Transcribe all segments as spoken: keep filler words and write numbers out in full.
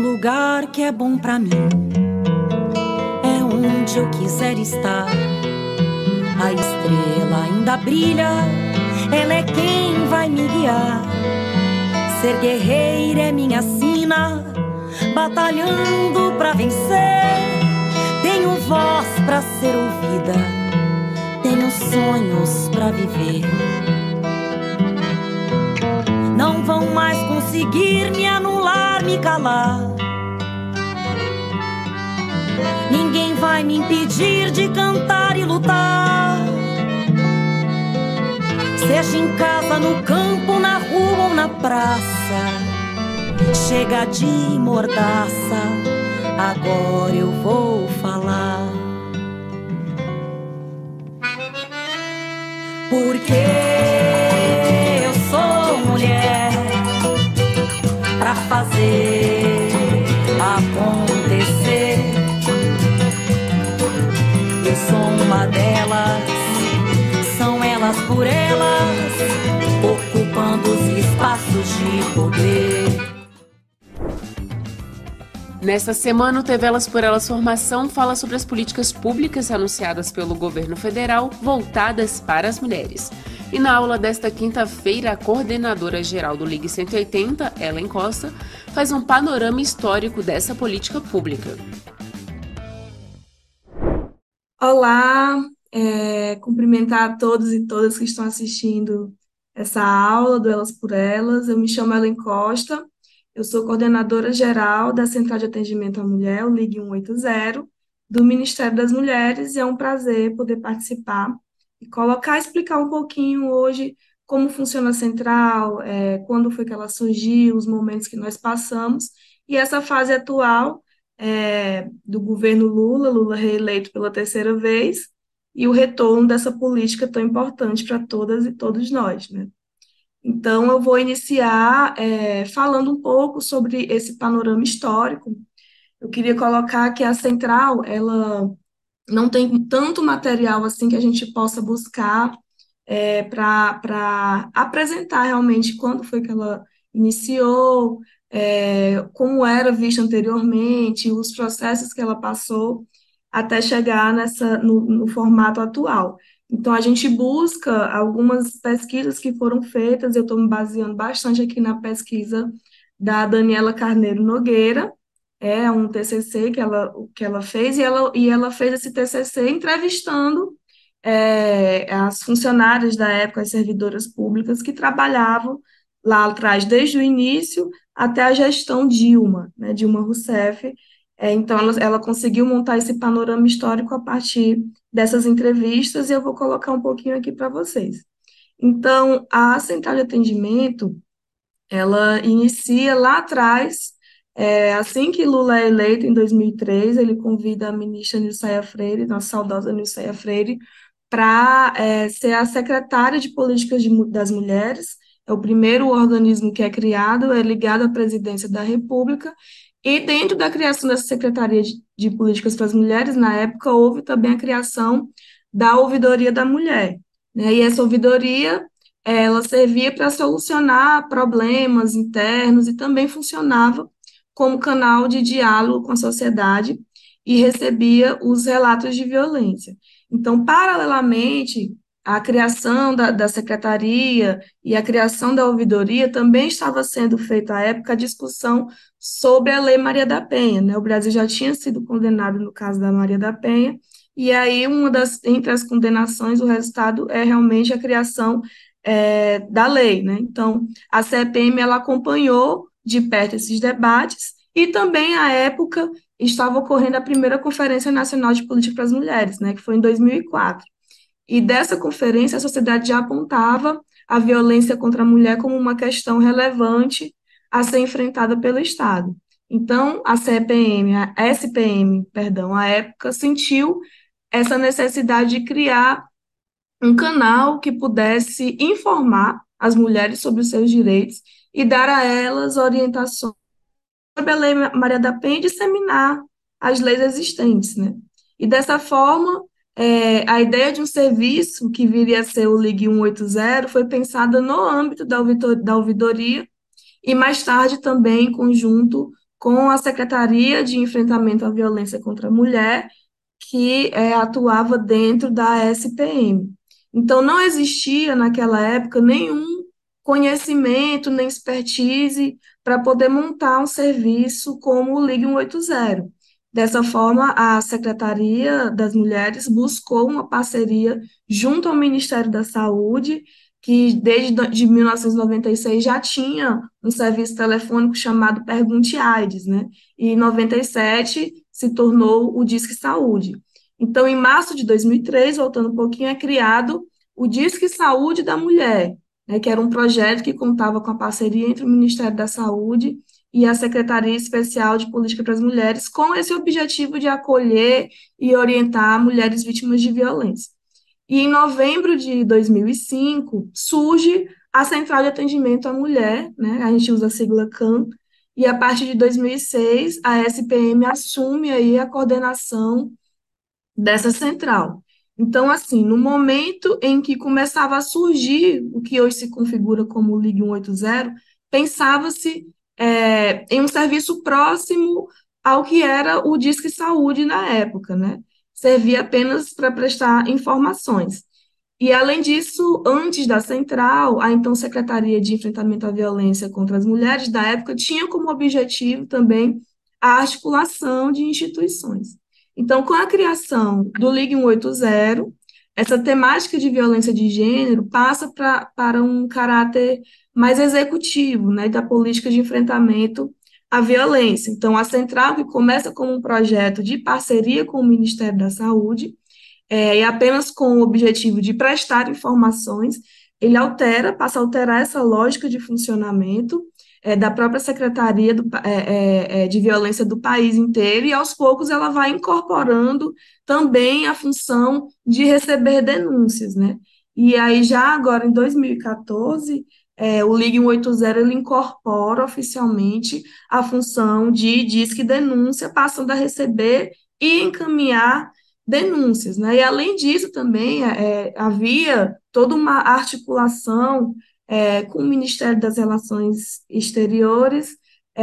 lugar que é bom pra mim é onde eu quiser estar. A estrela ainda brilha, ela é quem vai me guiar. Ser guerreira é minha sina, batalhando pra vencer. Tenho voz pra ser ouvida, tenho sonhos pra viver. Não vão mais conseguir me anular, me calar. Ninguém vai me impedir de cantar e lutar. Seja em casa, no campo, na rua ou na praça. Chega de mordaça, agora eu vou falar. Porque eu sou mulher pra fazer acontecer. Eu sou uma delas, são elas por elas, ocupando os espaços de poder. Nesta semana, o T V Elas por Elas Formação fala sobre as políticas públicas anunciadas pelo governo federal voltadas para as mulheres. E na aula desta quinta-feira, a coordenadora geral do Ligue cento e oitenta, Ellen Costa, faz um panorama histórico dessa política pública. Olá, é, cumprimentar a todos e todas que estão assistindo essa aula do Elas por Elas. Eu me chamo Ellen Costa, eu sou coordenadora geral da Central de Atendimento à Mulher, o Ligue cento e oitenta, do Ministério das Mulheres, e é um prazer poder participar e colocar, explicar um pouquinho hoje como funciona a central, é, quando foi que ela surgiu, os momentos que nós passamos, e essa fase atual é, do governo Lula, Lula reeleito pela terceira vez, e o retorno dessa política tão importante para todas e todos nós, né? Então, eu vou iniciar é, falando um pouco sobre esse panorama histórico. Eu queria colocar que a central, ela não tem tanto material assim que a gente possa buscar é, para apresentar realmente quando foi que ela iniciou, é, como era vista anteriormente, os processos que ela passou até chegar nessa, no, no formato atual. Então, a gente busca algumas pesquisas que foram feitas, eu estou me baseando bastante aqui na pesquisa da Daniela Carneiro Nogueira, é um T C C que ela, que ela fez, e ela, e ela fez esse T C C entrevistando é, as funcionárias da época, as servidoras públicas que trabalhavam lá atrás, desde o início até a gestão Dilma, né, Dilma Rousseff. É, então, ela, ela conseguiu montar esse panorama histórico a partir dessas entrevistas, e eu vou colocar um pouquinho aqui para vocês. Então, a central de atendimento, ela inicia lá atrás, é, assim que Lula é eleito, em dois mil e três, ele convida a ministra Nilceia Freire, nossa saudosa Nilceia Freire, para é, ser a secretária de Políticas de, das Mulheres. É o primeiro organismo que é criado, é ligado à presidência da República, e dentro da criação dessa Secretaria de, de Políticas para as Mulheres, na época, houve também a criação da Ouvidoria da Mulher, né? E essa ouvidoria, ela servia para solucionar problemas internos e também funcionava como canal de diálogo com a sociedade e recebia os relatos de violência. Então, paralelamente, a criação da, da secretaria e a criação da ouvidoria também estava sendo feita à época a discussão sobre a Lei Maria da Penha, né? O Brasil já tinha sido condenado no caso da Maria da Penha, e aí uma das, entre as condenações, o resultado é realmente a criação é, da lei, né? Então, a C E P M, ela acompanhou de perto esses debates, e também, à época, estava ocorrendo a primeira Conferência Nacional de Política para as Mulheres, né, que foi em dois mil e quatro. E dessa conferência, a sociedade já apontava a violência contra a mulher como uma questão relevante a ser enfrentada pelo Estado. Então, a C E P M, a S P M, perdão, à época, sentiu essa necessidade de criar um canal que pudesse informar as mulheres sobre os seus direitos e dar a elas orientações sobre a Lei Maria da Penha e disseminar as leis existentes, né? E dessa forma, é, a ideia de um serviço que viria a ser o Ligue cento e oitenta foi pensada no âmbito da ouvidor- da ouvidoria e mais tarde também em conjunto com a Secretaria de Enfrentamento à Violência contra a Mulher, que é, atuava dentro da S P M. Então, não existia naquela época nenhum conhecimento, nem expertise para poder montar um serviço como o Ligue cento e oitenta. Dessa forma, a Secretaria das Mulheres buscou uma parceria junto ao Ministério da Saúde, que desde do- de mil novecentos e noventa e seis já tinha um serviço telefônico chamado Pergunte AIDS, né? E em noventa e sete se tornou o Disque Saúde. Então, em março de dois mil e três, voltando um pouquinho, é criado o Disque Saúde da Mulher, né, que era um projeto que contava com a parceria entre o Ministério da Saúde e a Secretaria Especial de Política para as Mulheres, com esse objetivo de acolher e orientar mulheres vítimas de violência. E em novembro de dois mil e cinco surge a Central de Atendimento à Mulher, né, a gente usa a sigla CAM, e a partir de dois mil e seis a S P M assume aí a coordenação dessa central. Então, assim, no momento em que começava a surgir o que hoje se configura como o Ligue cento e oitenta, pensava-se é, em um serviço próximo ao que era o Disque Saúde na época, né? Servia apenas para prestar informações. E, além disso, antes da central, a então Secretaria de Enfrentamento à Violência contra as Mulheres da época tinha como objetivo também a articulação de instituições. Então, com a criação do Ligue cento e oitenta, essa temática de violência de gênero passa pra, para um caráter mais executivo, né, da política de enfrentamento à violência. Então, a central, que começa como um projeto de parceria com o Ministério da Saúde, é, e apenas com o objetivo de prestar informações, ele altera, passa a alterar essa lógica de funcionamento é, da própria Secretaria do, é, é, é, de Violência do país inteiro, e aos poucos ela vai incorporando também a função de receber denúncias, né? E aí, já agora, em dois mil e quatorze, é, o Ligue cento e oitenta ele incorpora oficialmente a função de disque denúncia, passando a receber e encaminhar denúncias, né? E além disso também é, havia toda uma articulação é, com o Ministério das Relações Exteriores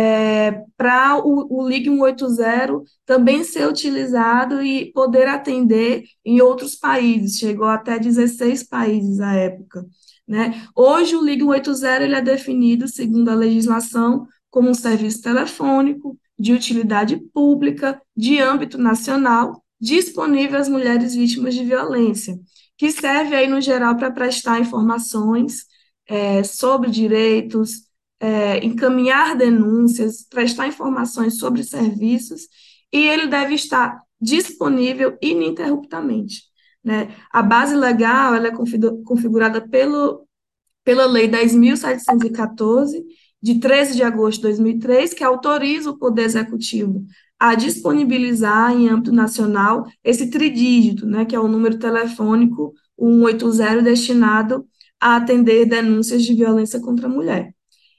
é, para o, o Ligue cento e oitenta também ser utilizado e poder atender em outros países, chegou até dezesseis países à época, né? Hoje o Ligue cento e oitenta ele é definido, segundo a legislação, como um serviço telefônico de utilidade pública, de âmbito nacional, disponível às mulheres vítimas de violência, que serve aí, no geral, para prestar informações é, sobre direitos, é, encaminhar denúncias, prestar informações sobre serviços, e ele deve estar disponível ininterruptamente, né? A base legal ela é configurada pelo, pela Lei dez mil setecentos e quatorze, de treze de agosto de dois mil e três, que autoriza o Poder Executivo a disponibilizar em âmbito nacional esse tridígito, né, que é o número telefônico cento e oitenta destinado a atender denúncias de violência contra a mulher.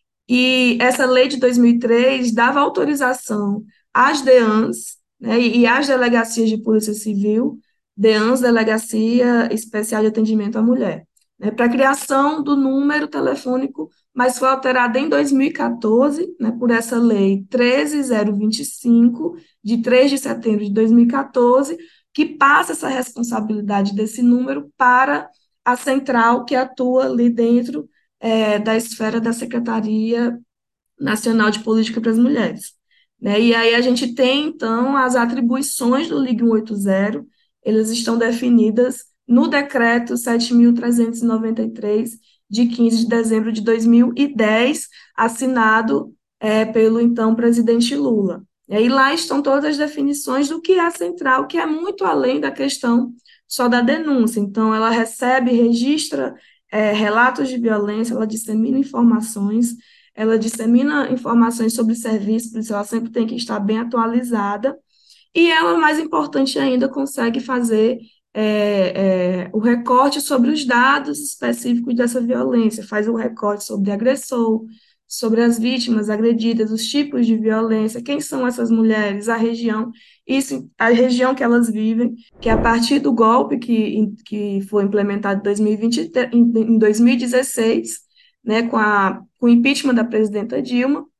E essa lei de dois mil e três dava autorização às DEANs, né, e às delegacias de polícia civil, DEANs, Delegacia Especial de Atendimento à Mulher, né, para a criação do número telefônico, mas foi alterada em dois mil e quatorze, né, por essa lei treze mil vinte e cinco, de três de setembro de dois mil e quatorze, que passa essa responsabilidade desse número para a central que atua ali dentro é, da esfera da Secretaria Nacional de Política para as Mulheres, né? E aí a gente tem, então, as atribuições do Ligue cento e oitenta, elas estão definidas no Decreto sete mil trezentos e noventa e três, de quinze de dezembro de dois mil e dez, assinado é, pelo, então, presidente Lula. E aí lá estão todas as definições do que é a central, que é muito além da questão só da denúncia. Então, ela recebe, registra é, relatos de violência, ela dissemina informações, ela dissemina informações sobre serviço, por isso ela sempre tem que estar bem atualizada, e ela, mais importante ainda, consegue fazer é, é, o recorte sobre os dados específicos dessa violência, faz o recorte sobre agressor, sobre as vítimas agredidas, os tipos de violência, quem são essas mulheres, a região, isso, a região que elas vivem, que a partir do golpe que, que foi implementado em dois mil e vinte, em dois mil e dezesseis, né, com, a, com o impeachment da presidenta Dilma,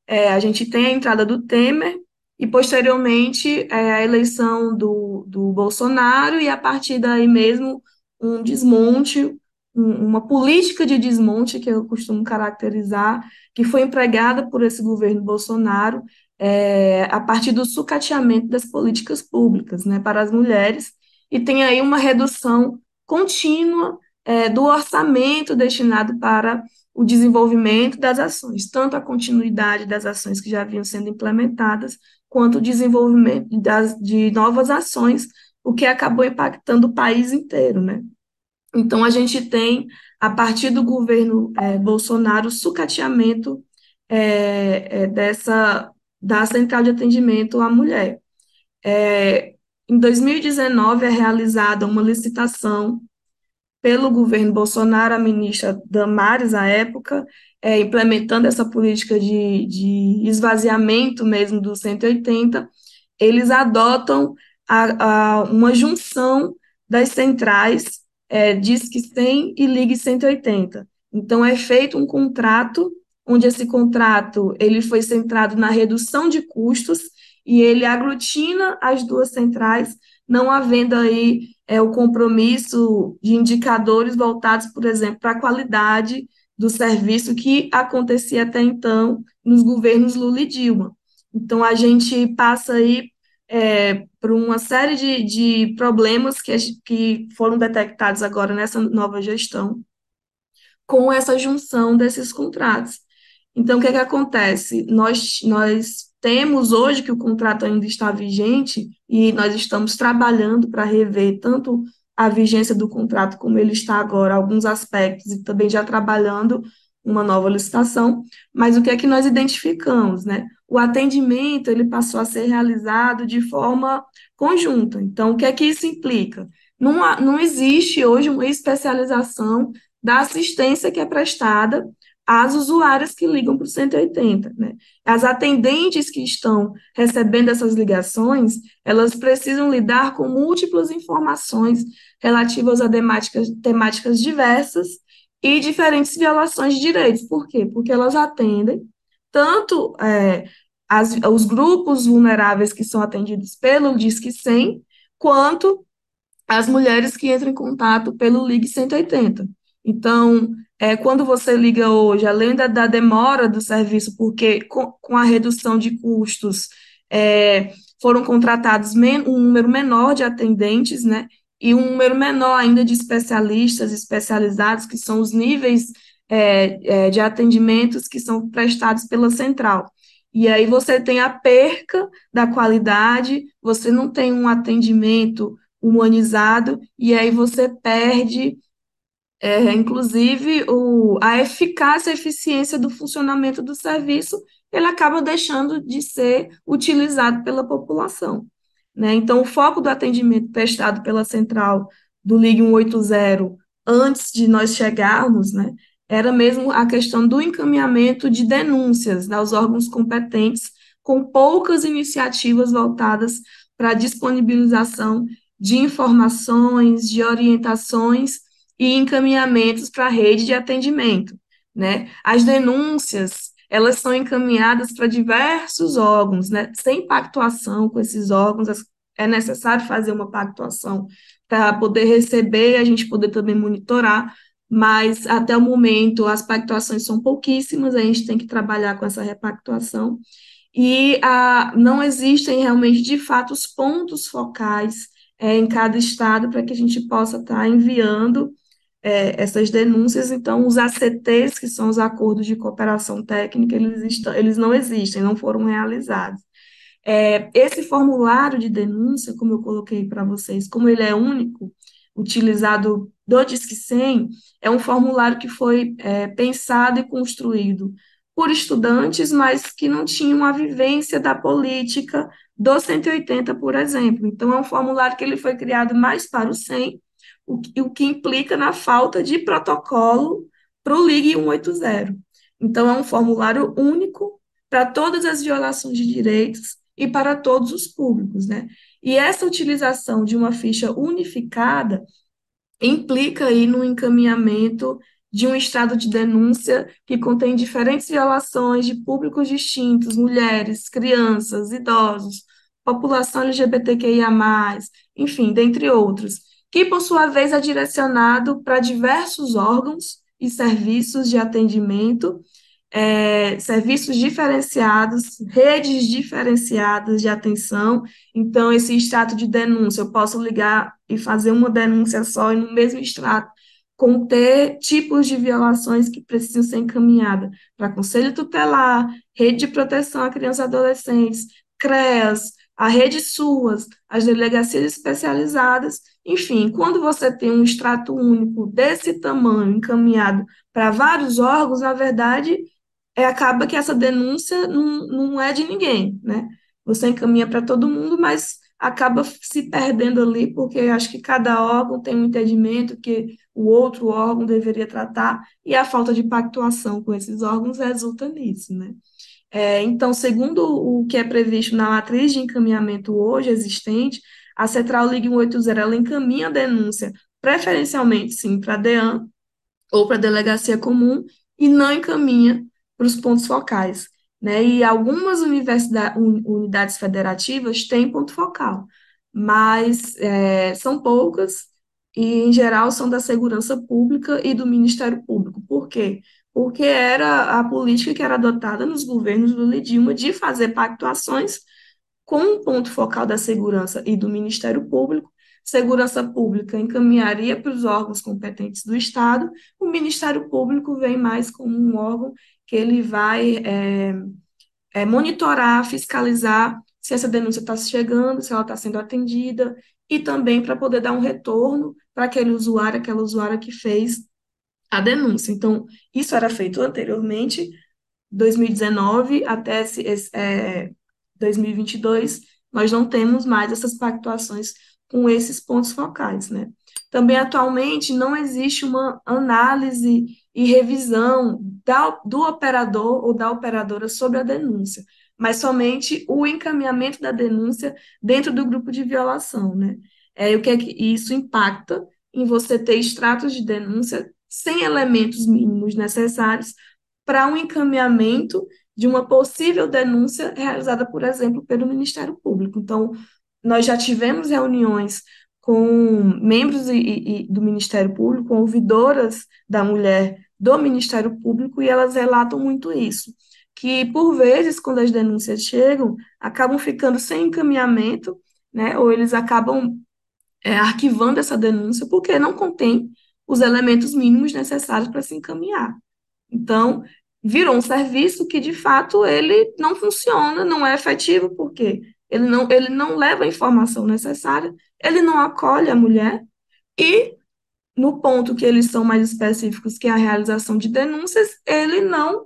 É, a gente tem a entrada do Temer e, posteriormente, é, a eleição do, do Bolsonaro, e a partir daí mesmo um desmonte, um- uma política de desmonte, que eu costumo caracterizar, que foi empregada por esse governo Bolsonaro, é, a partir do sucateamento das políticas públicas, né, para as mulheres, e tem aí uma redução contínua, é, do orçamento destinado para o desenvolvimento das ações, tanto a continuidade das ações que já vinham sendo implementadas, quanto o desenvolvimento das, de novas ações, o que acabou impactando o país inteiro, né? Então, a gente tem, a partir do governo eh, Bolsonaro, o sucateamento eh, eh, dessa, da central de atendimento à mulher. Eh, em dois mil e dezenove, é realizada uma licitação pelo governo Bolsonaro, a ministra Damares, à época, é, implementando essa política de, de esvaziamento mesmo do cento e oitenta, eles adotam a, a, uma junção das centrais, é, Disque cem e Ligue cento e oitenta. Então, é feito um contrato, onde esse contrato ele foi centrado na redução de custos, e ele aglutina as duas centrais, não havendo aí é, o compromisso de indicadores voltados, por exemplo, para a qualidade do serviço que acontecia até então nos governos Lula e Dilma. Então, a gente passa aí é, por uma série de, de problemas que, a gen- que foram detectados agora nessa nova gestão, com essa junção desses contratos. Então, o que é que acontece? Nós, nós temos hoje que o contrato ainda está vigente e nós estamos trabalhando para rever tanto a vigência do contrato como ele está agora, alguns aspectos, e também já trabalhando uma nova licitação, mas o que é que nós identificamos, né? O atendimento, ele passou a ser realizado de forma conjunta. Então, o que é que isso implica? Não, há- não existe hoje uma especialização da assistência que é prestada às usuárias que ligam para o cento e oitenta, né? As atendentes que estão recebendo essas ligações, elas precisam lidar com múltiplas informações relativas a temáticas, temáticas diversas e diferentes violações de direitos. Por quê? Porque elas atendem tanto é, as, os grupos vulneráveis que são atendidos pelo Disque cem, quanto as mulheres que entram em contato pelo Ligue cento e oitenta. Então, é, quando você liga hoje, além da, da demora do serviço, porque com, com a redução de custos, é, foram contratados men um número menor de atendentes, né? E um número menor ainda de especialistas especializados, que são os níveis é, é, de atendimentos que são prestados pela central. E aí você tem a perca da qualidade, você não tem um atendimento humanizado, e aí você perde, é, inclusive, o, a eficácia, a eficiência do funcionamento do serviço, ele acaba deixando de ser utilizado pela população, né? Então, o foco do atendimento prestado pela central do Ligue cento e oitenta, antes de nós chegarmos, né, era mesmo a questão do encaminhamento de denúncias, né, aos órgãos competentes, com poucas iniciativas voltadas para a disponibilização de informações, de orientações e encaminhamentos para a rede de atendimento, né? As denúncias, elas são encaminhadas para diversos órgãos, né? Sem pactuação com esses órgãos, é necessário fazer uma pactuação para poder receber e a gente poder também monitorar, mas até o momento as pactuações são pouquíssimas, a gente tem que trabalhar com essa repactuação, e ah, não existem realmente, de fato, os pontos focais é, em cada estado para que a gente possa estar enviando é, essas denúncias. Então, os A C Ts, que são os acordos de cooperação técnica, eles, estão, eles não existem, não foram realizados. É, esse formulário de denúncia, como eu coloquei para vocês, como ele é único, utilizado do Disque cem, é um formulário que foi é, pensado e construído por estudantes, mas que não tinham a vivência da política do cento e oitenta, por exemplo. Então, é um formulário que ele foi criado mais para o cem, o que, o que implica na falta de protocolo para o Ligue cento e oitenta. Então, é um formulário único para todas as violações de direitos e para todos os públicos, né? E essa utilização de uma ficha unificada implica aí no encaminhamento de um estado de denúncia que contém diferentes violações de públicos distintos, mulheres, crianças, idosos, população L G B T Q I A mais, enfim, dentre outros, que, por sua vez, é direcionado para diversos órgãos e serviços de atendimento, é, serviços diferenciados, redes diferenciadas de atenção. Então, esse extrato de denúncia, eu posso ligar e fazer uma denúncia só, e no mesmo extrato conter tipos de violações que precisam ser encaminhadas para Conselho Tutelar, Rede de Proteção à Criança e Adolescentes, CREAS, a Rede SUAS, as delegacias especializadas, enfim, quando você tem um extrato único desse tamanho encaminhado para vários órgãos, na verdade, é, acaba que essa denúncia não, não é de ninguém, né? Você encaminha para todo mundo, mas acaba se perdendo ali, porque acho que cada órgão tem um entendimento que o outro órgão deveria tratar, e a falta de pactuação com esses órgãos resulta nisso, né? É, então, segundo o que é previsto na matriz de encaminhamento hoje existente, a Central Ligue cento e oitenta, ela encaminha a denúncia preferencialmente, sim, para a DEAN, ou para a delegacia comum, e não encaminha para os pontos focais, né? E algumas universidades, unidades federativas têm ponto focal, mas é, são poucas e, em geral, são da segurança pública e do Ministério Público. Por quê? Porque era a política que era adotada nos governos Lula e Dilma de fazer pactuações com o ponto focal da segurança e do Ministério Público. Segurança Pública encaminharia para os órgãos competentes do Estado, o Ministério Público vem mais como um órgão que ele vai é, é, monitorar, fiscalizar se essa denúncia está chegando, se ela está sendo atendida, e também para poder dar um retorno para aquele usuário, aquela usuária que fez a denúncia. Então, isso era feito anteriormente, dois mil e dezenove até esse, esse, é, dois mil e vinte e dois, nós não temos mais essas pactuações com esses pontos focais, né? Também, atualmente, não existe uma análise e revisão da, do operador ou da operadora sobre a denúncia, mas somente o encaminhamento da denúncia dentro do grupo de violação, né? É, o que é que isso impacta em você ter extratos de denúncia sem elementos mínimos necessários para um encaminhamento de uma possível denúncia realizada, por exemplo, pelo Ministério Público. Então, nós já tivemos reuniões com membros e, e, do Ministério Público, com ouvidoras da mulher do Ministério Público, e elas relatam muito isso, que, por vezes, quando as denúncias chegam, acabam ficando sem encaminhamento, né, ou eles acabam é, arquivando essa denúncia, porque não contém os elementos mínimos necessários para se encaminhar. Então, virou um serviço que, de fato, ele não funciona, não é efetivo, porque ele não, ele não leva a informação necessária, ele não acolhe a mulher, e, no ponto que eles são mais específicos, que é a realização de denúncias, ele não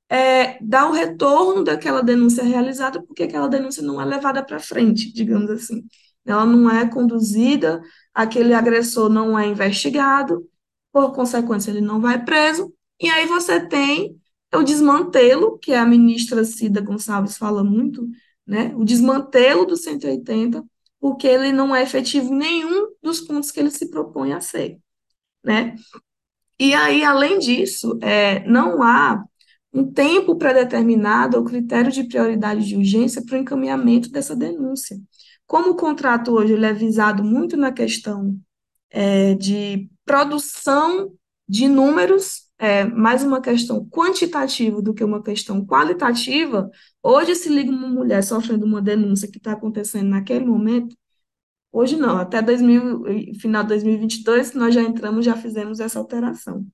é, dá o retorno daquela denúncia realizada, porque aquela denúncia não é levada para frente, digamos assim. Ela não é conduzida, aquele agressor não é investigado, por consequência, ele não vai preso, e aí você tem o desmantelo, que a ministra Cida Gonçalves fala muito, né? O desmantelo do cento e oitenta, porque ele não é efetivo em nenhum dos pontos que ele se propõe a ser, né? E aí, além disso, é, não há um tempo pré-determinado ou critério de prioridade de urgência para o encaminhamento dessa denúncia. Como o contrato hoje ele é visado muito na questão é, de produção de números, é, mais uma questão quantitativa do que uma questão qualitativa, hoje se liga uma mulher sofrendo uma denúncia que está acontecendo naquele momento, hoje não, até dois mil, final de dois mil e vinte e dois, nós já entramos, já fizemos essa alteração.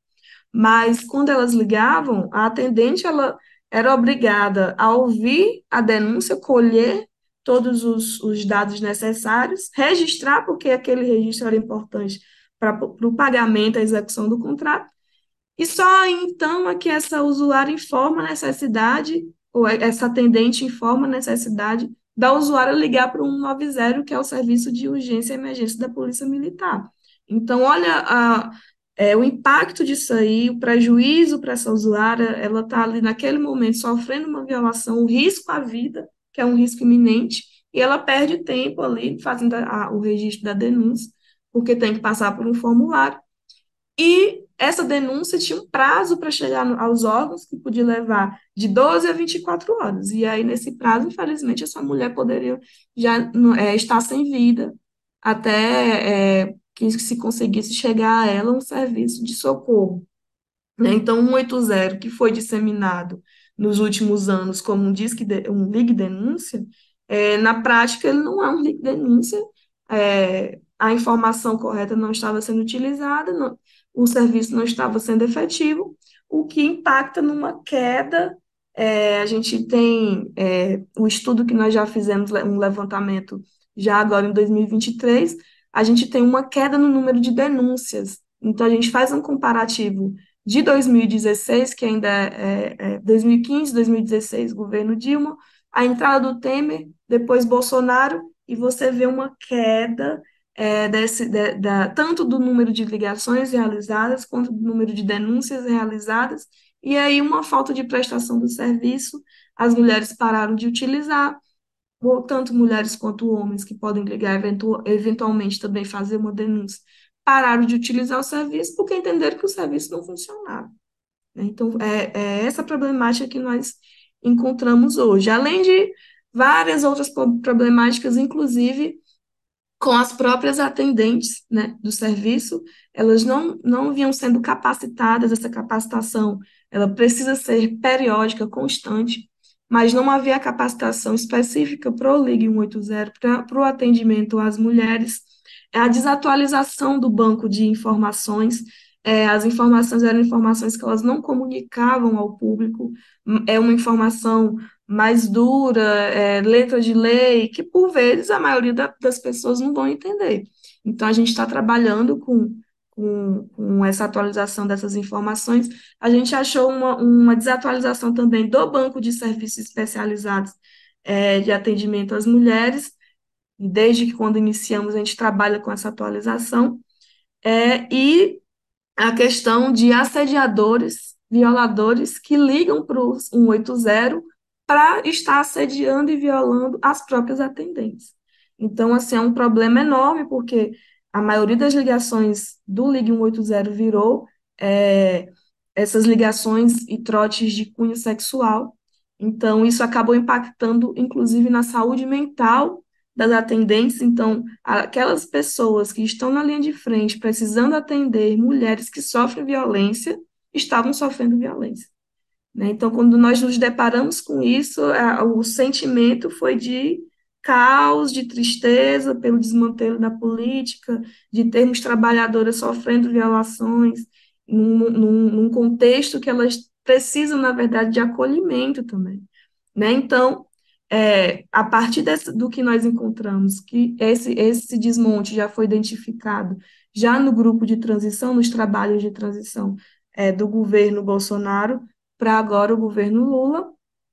Mas quando elas ligavam, a atendente ela era obrigada a ouvir a denúncia, colher todos os, os dados necessários, registrar, porque aquele registro era importante para o pagamento, a execução do contrato, e só então é que essa usuária informa a necessidade, ou essa atendente informa a necessidade da usuária ligar para o cento e noventa, que é o serviço de urgência e emergência da Polícia Militar. Então, olha a, é, o impacto disso aí, o prejuízo para essa usuária, ela está ali naquele momento sofrendo uma violação, o risco à vida, que é um risco iminente, e ela perde tempo ali fazendo a, o registro da denúncia, porque tem que passar por um formulário, e essa denúncia tinha um prazo para chegar no- aos órgãos que podia levar de doze a vinte e quatro horas. E aí, nesse prazo, infelizmente, essa mulher poderia já não- é, estar sem vida até é, que se conseguisse chegar a ela um serviço de socorro, né? Então, o cento e oitenta, que foi disseminado nos últimos anos como um disque de- um ligue denúncia, é, na prática ele não é um ligue denúncia, é, a informação correta não estava sendo utilizada, não- o serviço não estava sendo efetivo, o que impacta numa queda. É, a gente tem é, o estudo que nós já fizemos, le- um levantamento já agora em dois mil e vinte e três, a gente tem uma queda no número de denúncias. Então, a gente faz um comparativo de dois mil e dezesseis, que ainda é, é é dois mil e quinze, dois mil e dezesseis, governo Dilma, a entrada do Temer, depois Bolsonaro, e você vê uma queda é, desse, da, da- tanto do número de ligações realizadas, quanto do número de denúncias realizadas, e aí uma falta de prestação do serviço, as mulheres pararam de utilizar, ou tanto mulheres quanto homens que podem ligar, eventu- eventualmente também fazer uma denúncia, pararam de utilizar o serviço porque entenderam que o serviço não funcionava, né? Então, é, é essa problemática que nós encontramos hoje, além de várias outras po- problemáticas, inclusive com as próprias atendentes, né, do serviço, elas não, não vinham sendo capacitadas, essa capacitação, ela precisa ser periódica, constante, mas não havia capacitação específica para o Ligue cento e oitenta, para, para o atendimento às mulheres, a desatualização do banco de informações, é, as informações eram informações que elas não comunicavam ao público, é uma informação mais dura, é, letra de lei, que por vezes a maioria da- das pessoas não vão entender. Então, a gente está trabalhando com, com, com essa atualização dessas informações. A gente achou uma, uma desatualização também do banco de serviços especializados, é, de atendimento às mulheres, e desde que quando iniciamos a gente trabalha com essa atualização, é, e a questão de assediadores, violadores que ligam para o cento e oitenta para estar assediando e violando as próprias atendentes. Então, assim, é um problema enorme, porque a maioria das ligações do Ligue cento e oitenta virou é, essas ligações e trotes de cunho sexual. Então, isso acabou impactando, inclusive, na saúde mental das atendentes. Então, aquelas pessoas que estão na linha de frente precisando atender mulheres que sofrem violência, estavam sofrendo violência, né? Então, quando nós nos deparamos com isso, a- o sentimento foi de caos, de tristeza pelo desmantelo da política, de termos trabalhadoras sofrendo violações, num, num, num contexto que elas precisam, na verdade, de acolhimento também, né? Então, é, a partir desse, do que nós encontramos, que esse, esse desmonte já foi identificado já no grupo de transição, nos trabalhos de transição, é, do governo Bolsonaro, para agora o governo Lula,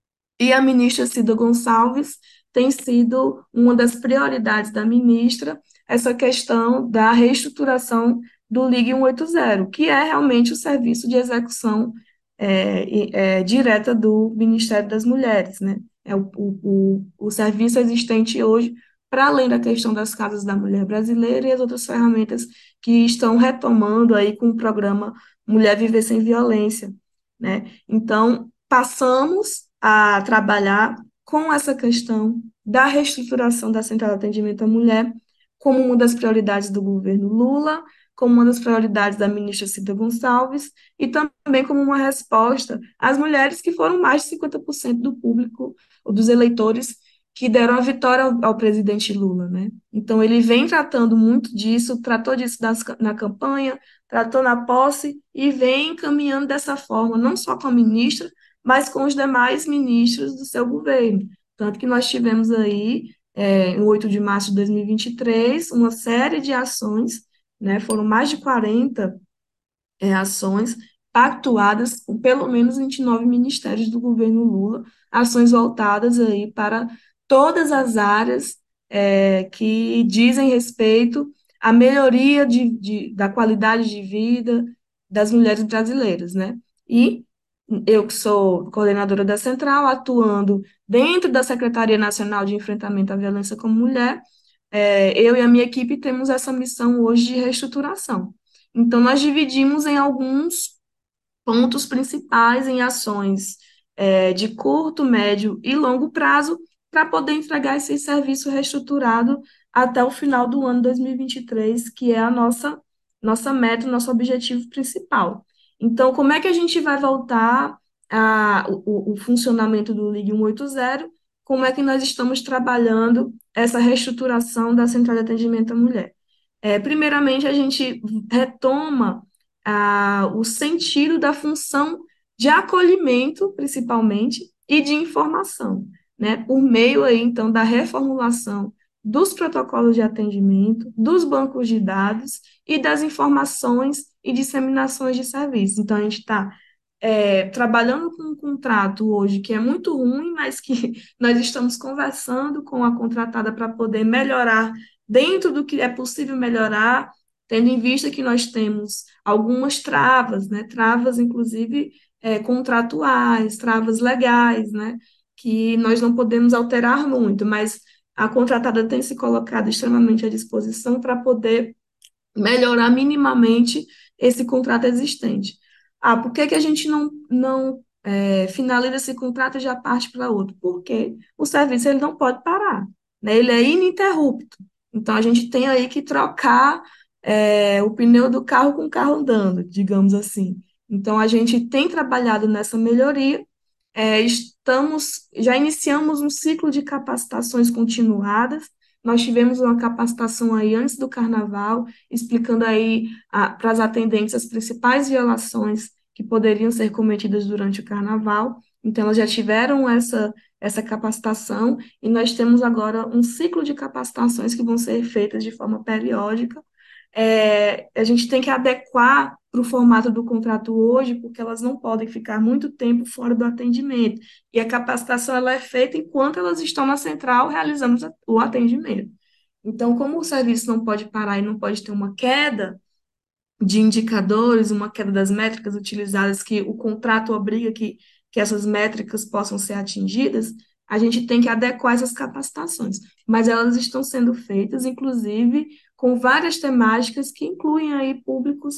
e a ministra Cida Gonçalves tem sido uma das prioridades da ministra essa questão da reestruturação do Ligue cento e oitenta, que é realmente o serviço de execução é, e- é, direta do Ministério das Mulheres, né? É o, o, o, o serviço existente hoje, para além da questão das casas da mulher brasileira e as outras ferramentas que estão retomando aí com o programa Mulher Viver Sem Violência, né? Então, passamos a trabalhar com essa questão da reestruturação da Central de Atendimento à Mulher como uma das prioridades do governo Lula, como uma das prioridades da ministra Cida Gonçalves, e também como uma resposta às mulheres que foram mais de cinquenta por cento do público, ou dos eleitores, que deram a vitória ao, ao presidente Lula, né? Então, ele vem tratando muito disso, tratou disso das, na campanha, tratou na posse e vem caminhando dessa forma, não só com a ministra, mas com os demais ministros do seu governo. Tanto que nós tivemos aí, é, em oito de março de dois mil e vinte e três, uma série de ações, né? Foram mais de quarenta é, ações pactuadas com pelo menos vinte e nove ministérios do governo Lula, ações voltadas aí para todas as áreas é, que dizem respeito à melhoria de, de- da qualidade de vida das mulheres brasileiras, né? E eu que sou coordenadora da Central, atuando dentro da Secretaria Nacional de Enfrentamento à Violência como Mulher, é, eu e a minha equipe temos essa missão hoje de reestruturação. Então, nós dividimos em alguns pontos principais em ações eh, de curto, médio e longo prazo para poder entregar esse serviço reestruturado até o final do ano dois mil e vinte e três, que é a nossa, nossa meta, nosso objetivo principal. Então, como é que a gente vai voltar a, o, o funcionamento do Ligue cento e oitenta? Como é que nós estamos trabalhando essa reestruturação da Central de Atendimento à Mulher? É, primeiramente, a gente retoma ah, o sentido da função de acolhimento, principalmente, e de informação, né? Por meio aí, então, da reformulação dos protocolos de atendimento, dos bancos de dados e das informações e disseminações de serviços. Então, a gente está é, trabalhando com um contrato hoje que é muito ruim, mas que nós estamos conversando com a contratada para poder melhorar dentro do que é possível melhorar, tendo em vista que nós temos algumas travas, né? Travas, inclusive, é, contratuais, travas legais, né? Que nós não podemos alterar muito, mas a contratada tem se colocado extremamente à disposição para poder melhorar minimamente esse contrato existente. Ah, por que que a gente não, não é, finaliza esse contrato e já parte para outro? Porque o serviço ele não pode parar, né? Ele é ininterrupto. Então, a gente tem aí que trocar é, o pneu do carro com o carro andando, digamos assim. Então, a gente tem trabalhado nessa melhoria, é, estamos, já iniciamos um ciclo de capacitações continuadas. Nós tivemos uma capacitação aí antes do carnaval, explicando aí para as atendentes as principais violações que poderiam ser cometidas durante o carnaval. Então, elas já tiveram essa, essa capacitação e nós temos agora um ciclo de capacitações que vão ser feitas de forma periódica. É, a gente tem que adequar para o formato do contrato hoje, porque elas não podem ficar muito tempo fora do atendimento. E a capacitação ela é feita enquanto elas estão na central realizando o atendimento. Então, como o serviço não pode parar e não pode ter uma queda de indicadores, uma queda das métricas utilizadas, que o contrato obriga que, que essas métricas possam ser atingidas, a gente tem que adequar essas capacitações. Mas elas estão sendo feitas, inclusive, com várias temáticas que incluem aí públicos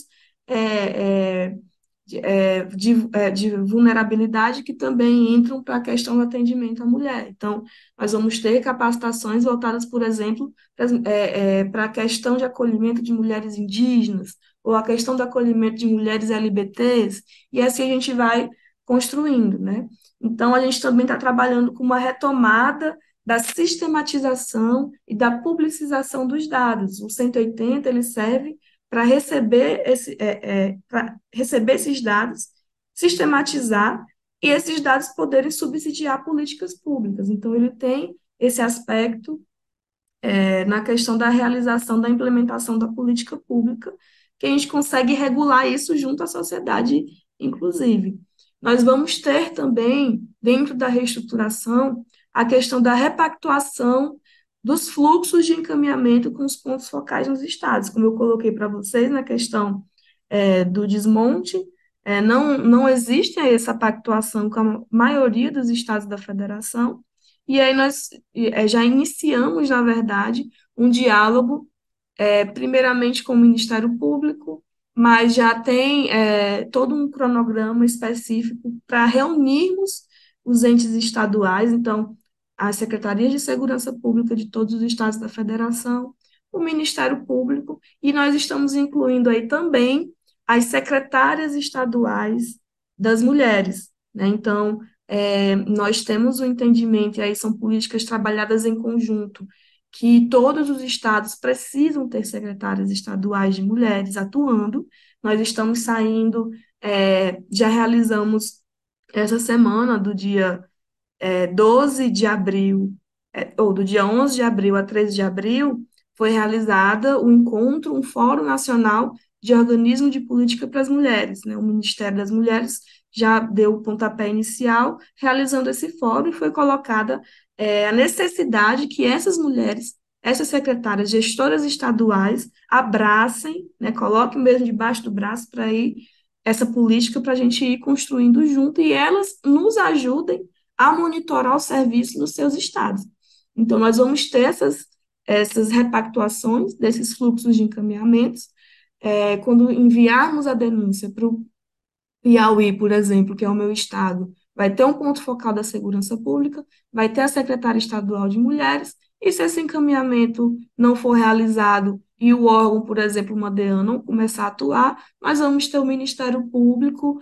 é, é, de, é, de, é, de vulnerabilidade que também entram para a questão do atendimento à mulher. Então, nós vamos ter capacitações voltadas, por exemplo, para a questão de acolhimento de mulheres indígenas, ou a questão do acolhimento de mulheres L G B Ts, e assim a gente vai construindo, né? Então, a gente também está trabalhando com uma retomada da sistematização e da publicização dos dados. O cento e oitenta, ele serve para receber, esse, é, é, para receber esses dados, sistematizar, e esses dados poderem subsidiar políticas públicas. Então, ele tem esse aspecto é, na questão da realização da implementação da política pública, que a gente consegue regular isso junto à sociedade, inclusive. Nós vamos ter também, dentro da reestruturação, a questão da repactuação dos fluxos de encaminhamento com os pontos focais nos estados, como eu coloquei para vocês na questão é, do desmonte, é, não, não existe essa pactuação com a maioria dos estados da federação, e aí nós é, já iniciamos, na verdade, um diálogo, é, primeiramente com o Ministério Público, mas já tem é, todo um cronograma específico para reunirmos os entes estaduais, então, as secretarias de segurança pública de todos os estados da federação, o Ministério Público, e nós estamos incluindo aí também as secretárias estaduais das mulheres, né? Então, é, nós temos o entendimento, e aí são políticas trabalhadas em conjunto, que todos os estados precisam ter secretárias estaduais de mulheres atuando. Nós estamos saindo, é, já realizamos essa semana, do dia é, doze de abril, é, ou do dia onze de abril a treze de abril, foi realizada o encontro, um Fórum Nacional de Organismo de Política para as Mulheres, né? O Ministério das Mulheres já deu o pontapé inicial, realizando esse fórum, e foi colocada é, a necessidade que essas mulheres, essas secretárias, gestoras estaduais, abracem, né, coloquem mesmo debaixo do braço para ir essa política para a gente ir construindo junto, e elas nos ajudem a monitorar o serviço nos seus estados. Então, nós vamos ter essas, essas repactuações desses fluxos de encaminhamentos, é, quando enviarmos a denúncia para o Piauí, por exemplo, que é o meu estado, vai ter um ponto focal da segurança pública, vai ter a secretária estadual de mulheres, e se esse encaminhamento não for realizado e o órgão, por exemplo, uma DEAN, não começar a atuar, nós vamos ter o Ministério Público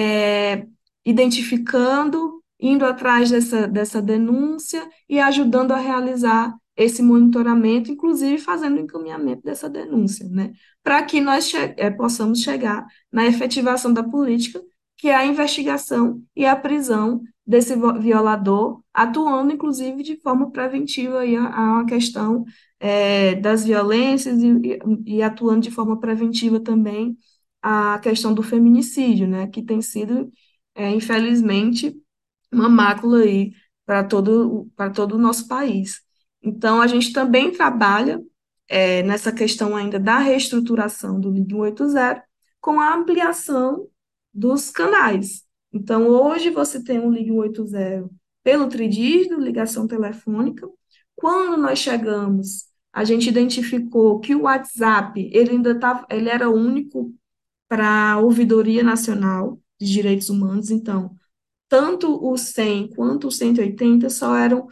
é, identificando, indo atrás dessa, dessa denúncia e ajudando a realizar esse monitoramento, inclusive fazendo o encaminhamento dessa denúncia, né? Para que nós che é, possamos chegar na efetivação da política, que é a investigação e a prisão desse violador, atuando, inclusive, de forma preventiva aí a, a uma questão é, das violências e, e, e atuando de forma preventiva também a questão do feminicídio, né, que tem sido, é, infelizmente, uma mácula aí para todo, para todo o nosso país. Então, a gente também trabalha é, nessa questão ainda da reestruturação do Ligue cento e oitenta, com a ampliação dos canais. Então, hoje você tem um Ligue cento e oitenta pelo tridígio, ligação telefônica. Quando nós chegamos, a gente identificou que o WhatsApp, ele ainda tava, ele era único para a Ouvidoria Nacional de Direitos Humanos, então, tanto o cem quanto o cento e oitenta só eram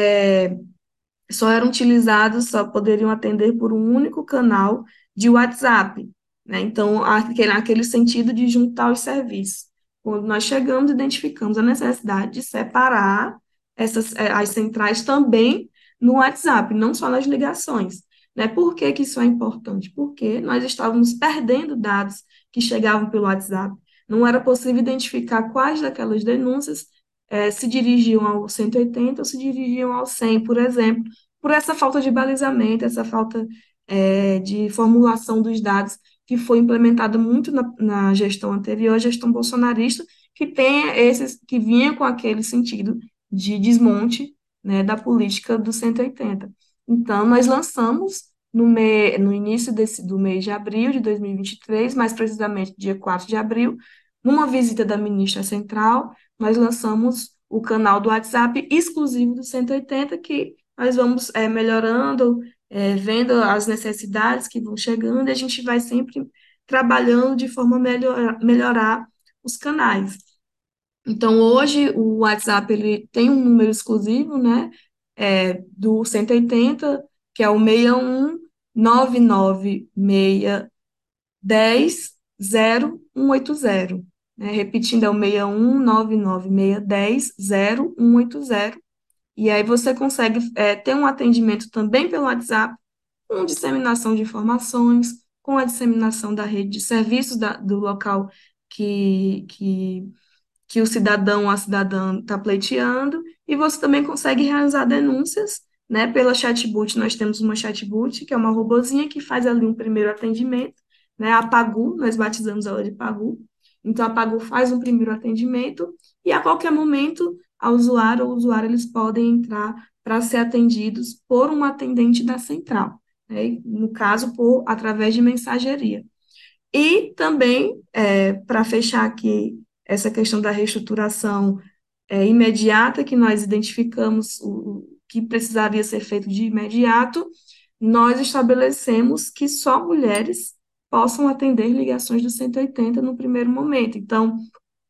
é, só eram utilizados, só poderiam atender por um único canal de WhatsApp, né? Então, aquele, aquele sentido de juntar os serviços. Quando nós chegamos, identificamos a necessidade de separar essas, eh, as centrais também no WhatsApp, não só nas ligações, né? Por que que isso é importante? Porque nós estávamos perdendo dados que chegavam pelo WhatsApp. Não era possível identificar quais daquelas denúncias eh, se dirigiam ao cento e oitenta ou se dirigiam ao cem, por exemplo, por essa falta de balizamento, essa falta é, de formulação dos dados que foi implementada muito na, na gestão anterior, a gestão bolsonarista, que tem esses, que vinha com aquele sentido de desmonte, né, da política do cento e oitenta. Então, nós lançamos no, me, no início desse, do mês de abril de dois mil e vinte e três, mais precisamente dia quatro de abril, numa visita da ministra central, nós lançamos o canal do WhatsApp exclusivo do cento e oitenta, que nós vamos é, melhorando, é, vendo as necessidades que vão chegando, e a gente vai sempre trabalhando de forma a melhor, melhorar os canais. Então, hoje, o WhatsApp ele tem um número exclusivo, né, é, do cento e oitenta, que é o seis um nove nove seis dez zero um oito zero. Né? Repetindo, é o seis um nove nove seis dez zero um oito zero. E aí você consegue é, ter um atendimento também pelo WhatsApp, com disseminação de informações, com a disseminação da rede de serviços da, do local que, que, que o cidadão ou a cidadã está pleiteando, e você também consegue realizar denúncias, né, pela chatbot. Nós temos uma chatbot, que é uma robozinha que faz ali um primeiro atendimento, né, a Pagu, nós batizamos ela de Pagu. Então, a Pagu faz um primeiro atendimento, e a qualquer momento a usuário ou usuário eles podem entrar para ser atendidos por um atendente da central, né? No caso, por através de mensageria. E também, é, para fechar aqui essa questão da reestruturação é, imediata, que nós identificamos o, o que precisaria ser feito de imediato, nós estabelecemos que só mulheres possam atender ligações do cento e oitenta no primeiro momento. Então,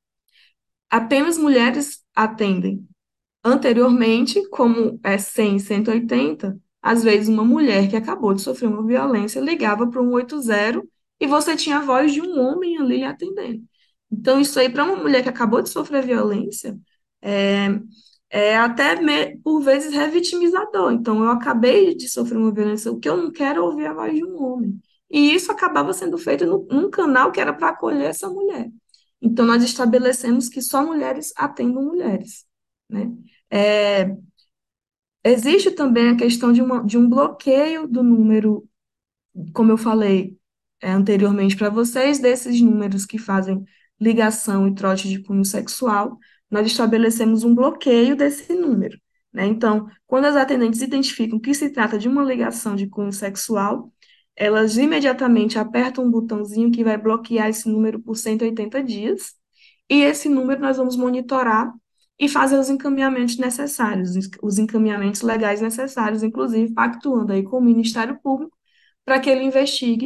apenas mulheres atendem. Anteriormente, como é cem, cento e oitenta, às vezes uma mulher que acabou de sofrer uma violência ligava para um oitenta e você tinha a voz de um homem ali lhe atendendo. Então, isso aí, para uma mulher que acabou de sofrer violência, é, é até, me- por vezes, revitimizador. Então, eu acabei de sofrer uma violência, o que eu não quero é ouvir a voz de um homem. E isso acabava sendo feito no, num canal que era para acolher essa mulher. Então, nós estabelecemos que só mulheres atendam mulheres, né? É, existe também a questão de, uma, de um bloqueio do número, como eu falei é, anteriormente para vocês, desses números que fazem ligação e trote de cunho sexual, nós estabelecemos um bloqueio desse número, né? Então, quando as atendentes identificam que se trata de uma ligação de cunho sexual, elas imediatamente apertam um botãozinho que vai bloquear esse número por cento e oitenta dias, e esse número nós vamos monitorar e fazer os encaminhamentos necessários, os encaminhamentos legais necessários, inclusive pactuando aí com o Ministério Público, para que ele investigue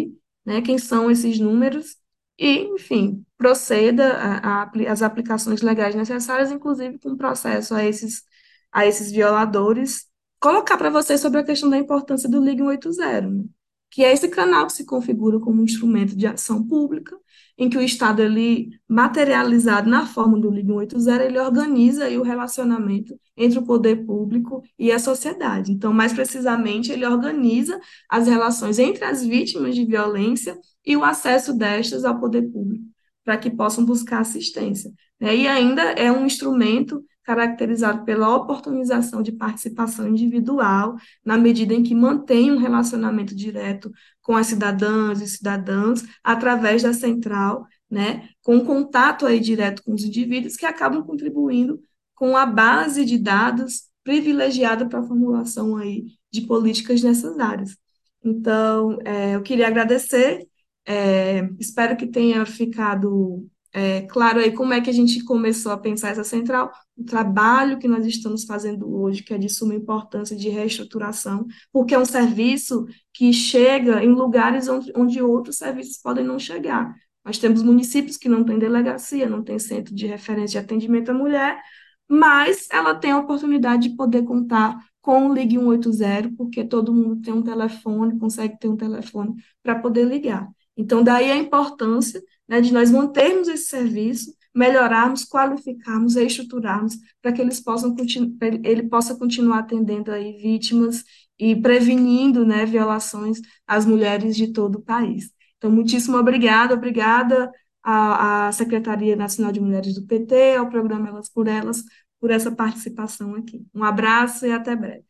né, quem são esses números e, enfim, proceda a, a, as aplicações legais necessárias, inclusive com processo a esses, a esses violadores. Colocar para vocês sobre a questão da importância do Ligue cento e oitenta, né, que é esse canal que se configura como um instrumento de ação pública, em que o Estado, ele, materializado na forma do Ligue cento e oitenta, ele organiza aí o relacionamento entre o poder público e a sociedade. Então, mais precisamente, ele organiza as relações entre as vítimas de violência e o acesso destas ao poder público, para que possam buscar assistência. E ainda é um instrumento caracterizado pela oportunização de participação individual, na medida em que mantém um relacionamento direto com as cidadãs e cidadãos, através da central, né, com contato aí direto com os indivíduos, que acabam contribuindo com a base de dados privilegiada para a formulação aí de políticas nessas áreas. Então, é, eu queria agradecer, é, espero que tenha ficado é, claro aí como é que a gente começou a pensar essa central, o trabalho que nós estamos fazendo hoje, que é de suma importância de reestruturação, porque é um serviço que chega em lugares onde, onde outros serviços podem não chegar. Nós temos municípios que não têm delegacia, não têm centro de referência de atendimento à mulher, mas ela tem a oportunidade de poder contar com o Ligue cento e oitenta, porque todo mundo tem um telefone, consegue ter um telefone para poder ligar. Então, daí a importância, né, de nós mantermos esse serviço, melhorarmos, qualificarmos, reestruturarmos, para que eles possam ele possa continuar atendendo aí vítimas e prevenindo, né, violações às mulheres de todo o país. Então, muitíssimo obrigada, obrigada à, à Secretaria Nacional de Mulheres do P T, ao programa Elas por Elas, por essa participação aqui. Um abraço e até breve.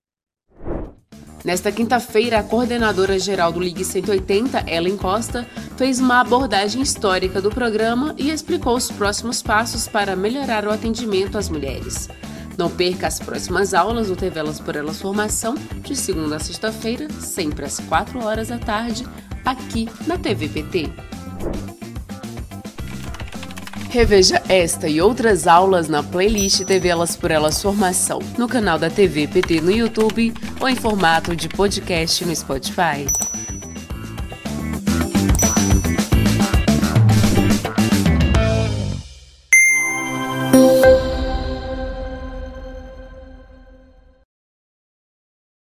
Nesta quinta-feira, a coordenadora geral do Ligue cento e oitenta, Ellen Costa, fez uma abordagem histórica do programa e explicou os próximos passos para melhorar o atendimento às mulheres. Não perca as próximas aulas do T V Elas por Elas Formação, de segunda a sexta-feira, sempre às quatro horas da tarde, aqui na T V P T. Reveja esta e outras aulas na playlist T V Elas por Elas Formação, no canal da T V P T no YouTube ou em formato de podcast no Spotify.